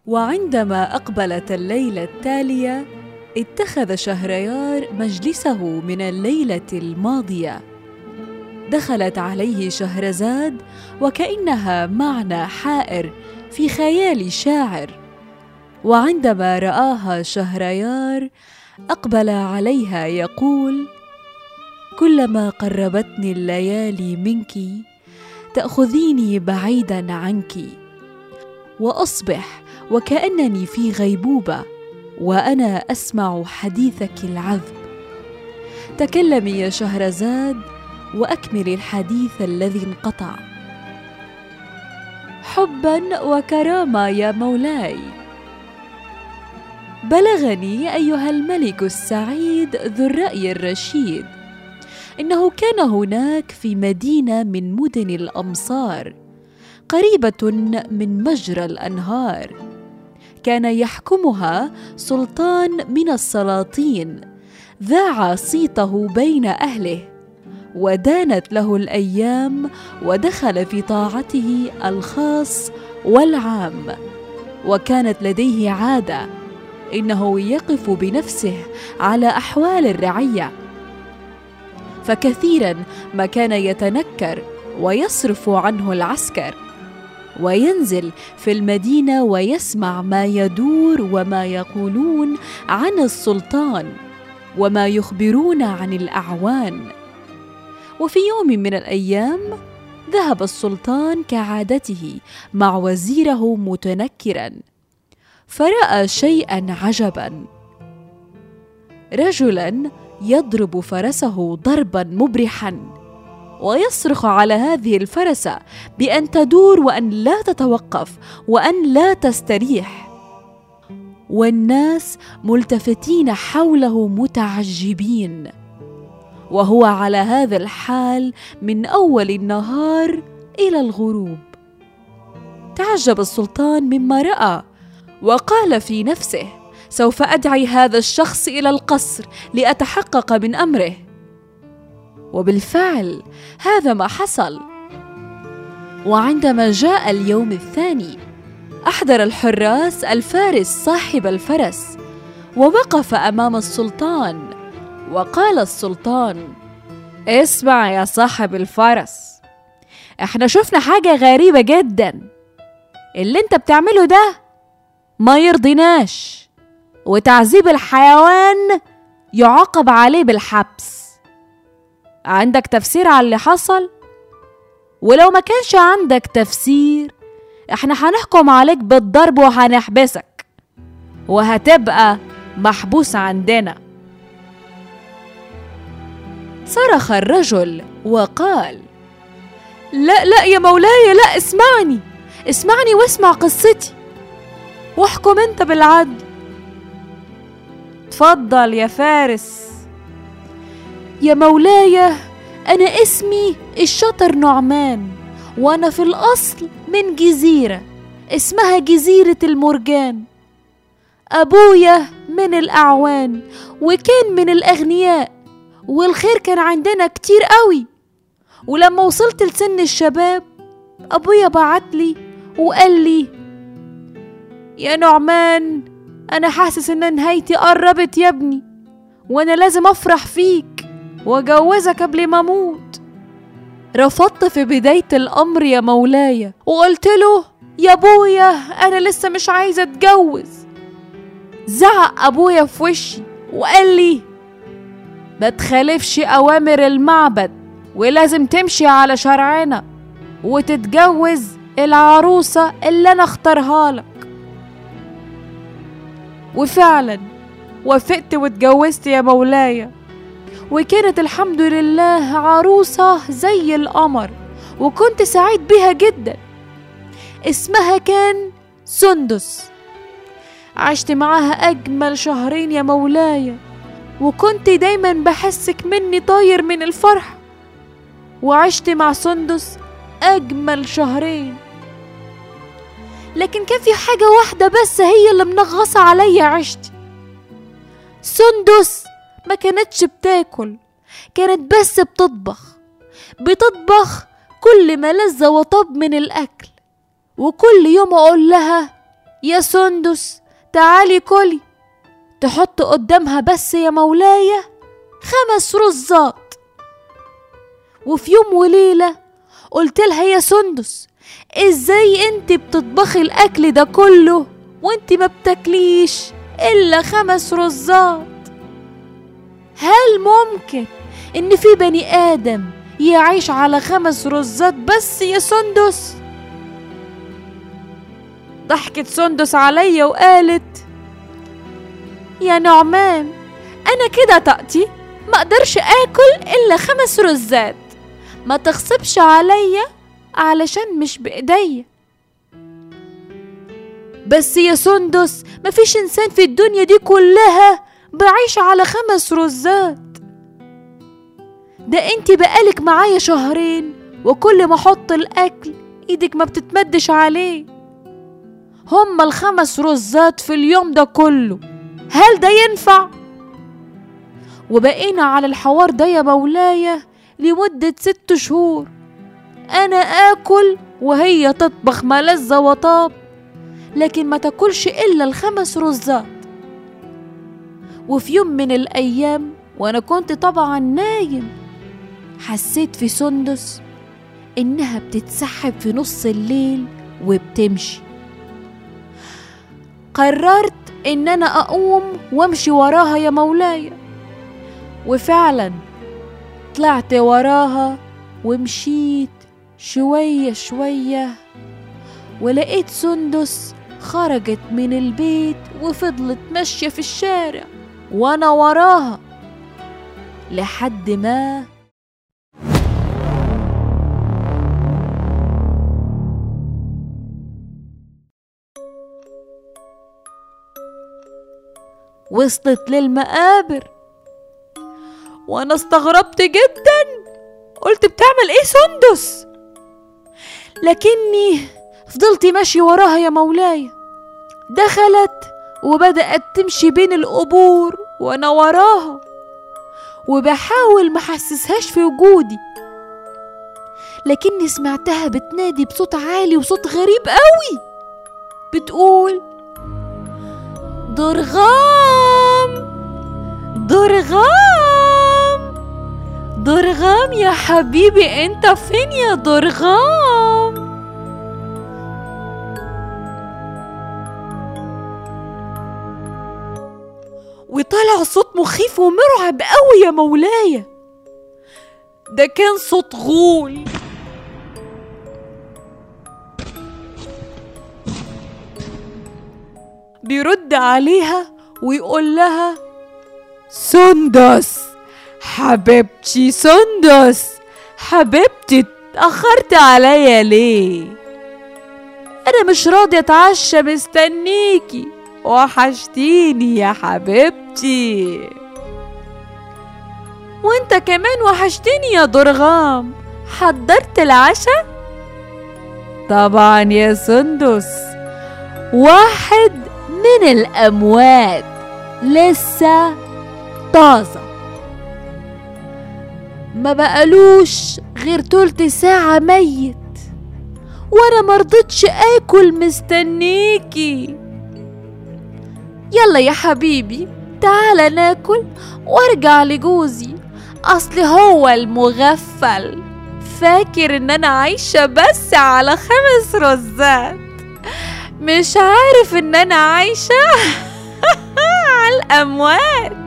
وعندما أقبلت الليلة التالية اتخذ شهريار مجلسه من الليلة الماضية. دخلت عليه شهرزاد وكأنها معنى حائر في خيال شاعر، وعندما رآها شهريار أقبل عليها يقول: كلما قربتني الليالي منك تأخذيني بعيدا عنك، وأصبح وكأنني في غيبوبة وأنا أسمع حديثك العذب. تكلمي يا شهرزاد وأكمل الحديث الذي انقطع. حبا وكرامة يا مولاي. بلغني أيها الملك السعيد ذو الرأي الرشيد إنه كان هناك في مدينة من مدن الأمصار قريبة من مجرى الأنهار كان يحكمها سلطان من السلاطين ذاع صيته بين أهله، ودانت له الأيام ودخل في طاعته الخاص والعام، وكانت لديه عادة إنه يقف بنفسه على أحوال الرعية، فكثيرا ما كان يتنكر ويصرف عنه العسكر، وينزل في المدينة ويسمع ما يدور وما يقولون عن السلطان وما يخبرون عن الأعوان. وفي يوم من الأيام ذهب السلطان كعادته مع وزيره متنكرا، فرأى شيئا عجبا: رجلا يضرب فرسه ضربا مبرحا ويصرخ على هذه الفرسة بأن تدور وأن لا تتوقف وأن لا تستريح، والناس ملتفتين حوله متعجبين، وهو على هذا الحال من أول النهار إلى الغروب. تعجب السلطان مما رأى وقال في نفسه: سوف أدعي هذا الشخص إلى القصر لأتحقق من أمره. وبالفعل هذا ما حصل. وعندما جاء اليوم الثاني أحضر الحراس الفارس صاحب الفرس ووقف أمام السلطان، وقال السلطان: اسمع يا صاحب الفرس، احنا شفنا حاجة غريبة جدا، اللي انت بتعمله ده ما يرضيناش، وتعذيب الحيوان يعاقب عليه بالحبس. عندك تفسير على اللي حصل؟ ولو ما كانش عندك تفسير احنا هنحكم عليك بالضرب وهنحبسك وهتبقى محبوس عندنا. صرخ الرجل وقال: لا لا يا مولاي، لا، اسمعني واسمع قصتي واحكم انت بالعدل. تفضل يا فارس. يا مولاي، أنا اسمي الشاطر نعمان، وأنا في الأصل من جزيرة اسمها جزيرة المرجان. أبويا من الأعوان وكان من الأغنياء، والخير كان عندنا كتير قوي. ولما وصلت لسن الشباب أبويا بعتلي وقال لي: يا نعمان، أنا حاسس إن نهايتي قربت يا ابني، وأنا لازم أفرح فيك وأجوزك قبل ما أموت. رفضت في بداية الأمر يا مولاي، وقلت له: يا أبويا أنا لسه مش عايزة أتجوز. زعق أبويا في وشي وقال لي: ما تخالفش أوامر المعبد، ولازم تمشي على شرعنا وتتجوز العروسة اللي أنا اختارها لك. وفعلا وافقت واتجوزت يا مولاي، وكانت الحمد لله عروسة زي القمر، وكنت سعيد بها جدا. اسمها كان سندس. عشت معاها أجمل شهرين يا مولاي، وكنت دايما بحسك مني طاير من الفرح. وعشت مع سندس أجمل شهرين، لكن كان في حاجة واحدة بس هي اللي منغصة عليا عشتي. سندس ما كانتش بتاكل، كانت بس بتطبخ كل ما لذ وطاب من الأكل، وكل يوم أقول لها: يا سندس تعالي كلي. تحط قدامها بس يا مولاي 5 رزات. وفي يوم وليلة قلت لها يا سندس ازاي انت بتطبخي الاكل ده كله وانت ما بتاكليش الا 5 رزات؟ هل ممكن ان في بني ادم يعيش على 5 رزات بس يا سندس؟ ضحكت سندس عليا وقالت يا نعمان انا كده طاقتي ما اقدرش اكل الا 5 رزات، ما تغصبش عليا علشان مش بايديا. بس يا سندس مفيش انسان في الدنيا دي كلها بعيش على 5 رزات. ده انتي بقالك معايا 2 شهر وكل ما احط الاكل ايدك ما بتتمدش عليه. هما 5 رزات في اليوم ده كله، هل ده ينفع؟ وبقينا على الحوار ده يا مولاي لمدة 6 شهور، انا اكل وهي تطبخ ملذ وطاب، لكن ما تاكلش الا 5 رزات. وفي يوم من الايام وانا كنت طبعا نايم حسيت في سندس انها بتتسحب في نص الليل وبتمشي. قررت ان انا اقوم وامشي وراها يا مولاي، وفعلا طلعت وراها ومشيت شوية شوية، ولقيت سندس خرجت من البيت وفضلت ماشية في الشارع وانا وراها لحد ما وصلت للمقابر. وانا استغربت جدا، قلت بتعمل ايه سندس؟ لكني فضلت ماشي وراها يا مولاي. دخلت وبدأت تمشي بين القبور وانا وراها وبحاول ما احسسهاش في وجودي، لكني سمعتها بتنادي بصوت عالي وصوت غريب قوي، بتقول ضرغام ضرغام ضرغام يا حبيبي، انت فين يا ضرغام؟ وطلع صوت مخيف ومرعب قوي يا مولاي، ده كان صوت غول. بيرد عليها ويقول لها سندس حبيبتي، سندس حبيبتي، اتأخرت عليا ليه؟ انا مش راضية اتعشى مستنيكي، وحشتيني يا حبيبتي. وانت كمان وحشتني يا ضرغام، حضرت العشاء؟ طبعا يا سندس، واحد من الأموات لسه طازة، ما بقالوش غير 3 ساعة ميت، وانا مرضتش اكل مستنيكي. يلا يا حبيبي تعال ناكل وارجع لجوزي، اصل هو المغفل فاكر ان انا عايشة بس على 5 رزات، مش عارف ان انا عايشة على الاموات.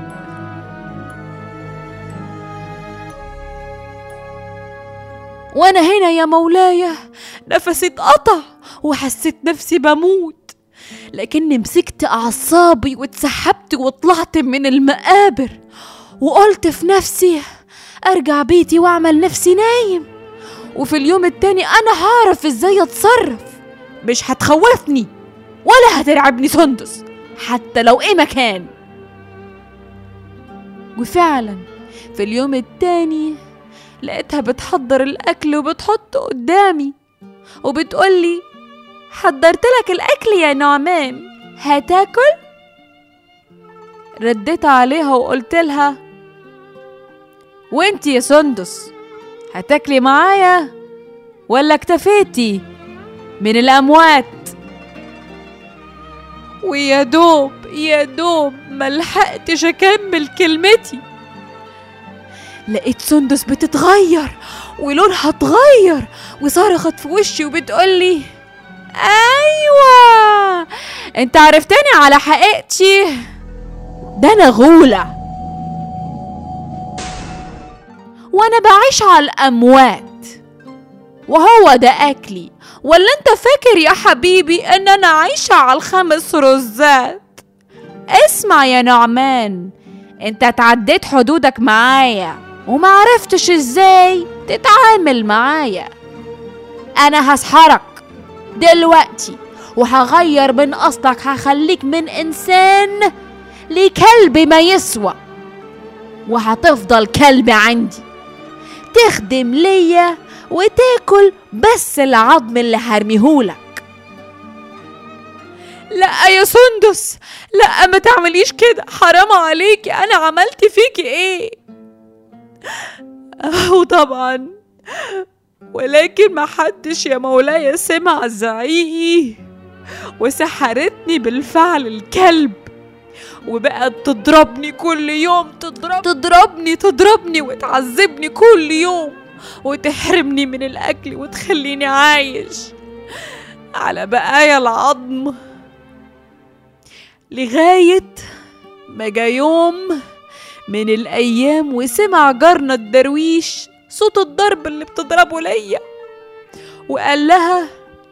وانا هنا يا مولاي نفسي اتقطع وحسيت نفسي بموت، لكني مسكت اعصابي واتسحبت وطلعت من المقابر، وقلت في نفسي ارجع بيتي واعمل نفسي نايم، وفي اليوم التاني انا هعرف ازاي اتصرف، مش هتخوفني ولا هترعبني سندس حتى لو ايه مكان. وفعلا في اليوم التاني لقيتها بتحضر الاكل وبتحطه قدامي وبتقولي حضرت لك الاكل يا نعمان، هتاكل؟ رديت عليها وقلت لها وانتي يا سندس هتاكلي معايا ولا اكتفيتي من الاموات؟ ويا دوب ملحقتش أكمل كلمتي لقيت سندس بتتغير ولونها اتغير وصرخت في وشي وبتقولي: أيوة، انت عرفتني على حقيقتي، ده أنا غولة وأنا بعيش على الأموات وهو ده أكلي. ولا انت فاكر يا حبيبي ان انا عايشة على 5 رزات؟ اسمع يا نعمان، انت تعديت حدودك معايا ومعرفتش ازاي تتعامل معايا. انا هسحرك دلوقتي وهغير من اصلك، هخليك من انسان لكلب ما يسوى، وهتفضل كلب عندي تخدم ليا وتاكل بس العظم اللي هرميهولك. لا يا سندس، لا ما تعمليش كده، حرام عليكي، انا عملت فيكي ايه؟ وطبعا ولكن ما حدش يا مولاي سمع زعيقي، وسحرتني بالفعل الكلب، وبقت تضربني كل يوم، تضربني وتعذبني كل يوم، وتحرمني من الأكل وتخليني عايش على بقايا العظم، لغاية ما جا يوم من الأيام وسمع جارنا الدرويش صوت الضرب اللي بتضربه ليا، وقال لها: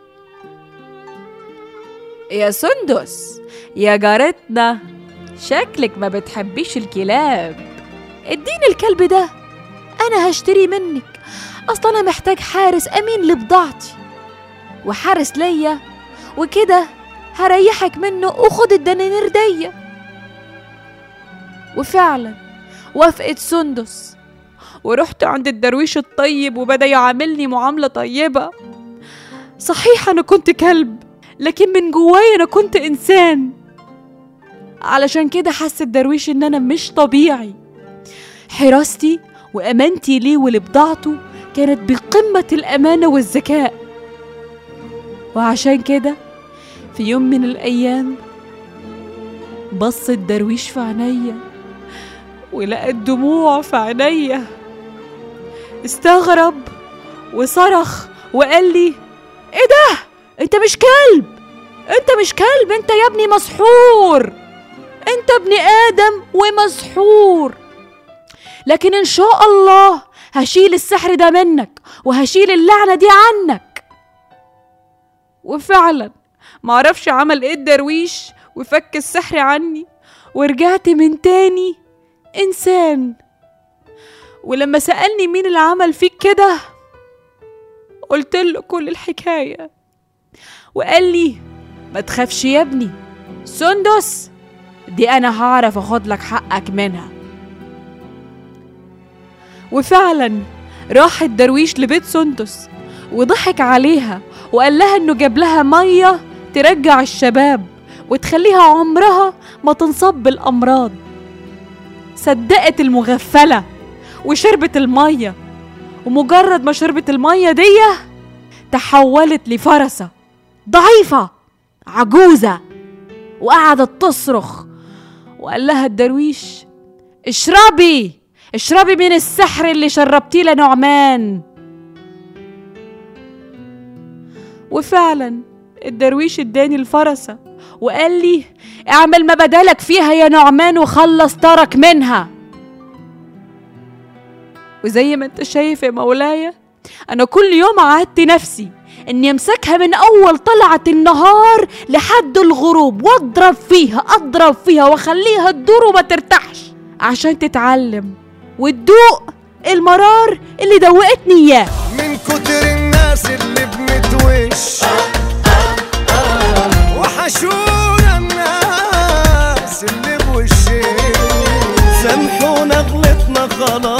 يا سندس يا جارتنا، شكلك ما بتحبيش الكلاب، اديني الكلب ده انا هشتري منك، اصلا انا محتاج حارس امين لبضاعتي وحارس ليا، وكده هريحك منه وخد الدنانير دي. وفعلا وافقت سندس ورحت عند الدرويش الطيب وبدأ يعاملني معاملة طيبة. صحيح انا كنت كلب، لكن من جوايا انا كنت انسان، علشان كده حس الدرويش ان انا مش طبيعي. حراستي وامانتي ليه ولبضاعته كانت بقمة الامانة والذكاء، وعشان كده في يوم من الايام بص الدرويش في عينيا ولقى الدموع في عينيا، استغرب وصرخ وقال لي: ايه ده؟ انت مش كلب، انت يا ابني مسحور، انت ابن ادم ومسحور، لكن ان شاء الله هشيل السحر ده منك وهشيل اللعنة دي عنك. وفعلا معرفش عمل ايه الدرويش وفك السحر عني، ورجعت من تاني انسان. ولما سألني مين اللي عمل فيك كده، قلت له كل الحكاية، وقال لي: ما تخافش يا ابني، سندس دي انا هعرف اخد لك حقك منها. وفعلا راح الدرويش لبيت سندس وضحك عليها وقال لها انه جاب لها مية ترجع الشباب وتخليها عمرها ما تنصاب بالامراض. صدقت المغفلة وشربت المية، ومجرد ما شربت المية دي تحولت لفرسة ضعيفة عجوزة، وقعدت تصرخ. وقال لها الدرويش: اشربي من السحر اللي شربتيه لنعمان. وفعلا الدرويش اداني الفرسة وقال لي: اعمل ما بدالك فيها يا نعمان وخلص طارك منها. وزي ما انت شايف يا مولاي، انا كل يوم عهدت نفسي اني امسكها من اول طلعة النهار لحد الغروب واضرب فيها واخليها تدور وما ترتاحش عشان تتعلم وتدوق المرار اللي دوقتني اياه. من كتر الناس اللي بنتوش وحشونا الناس اللي بوشين، سامحونا غلطنا خلاص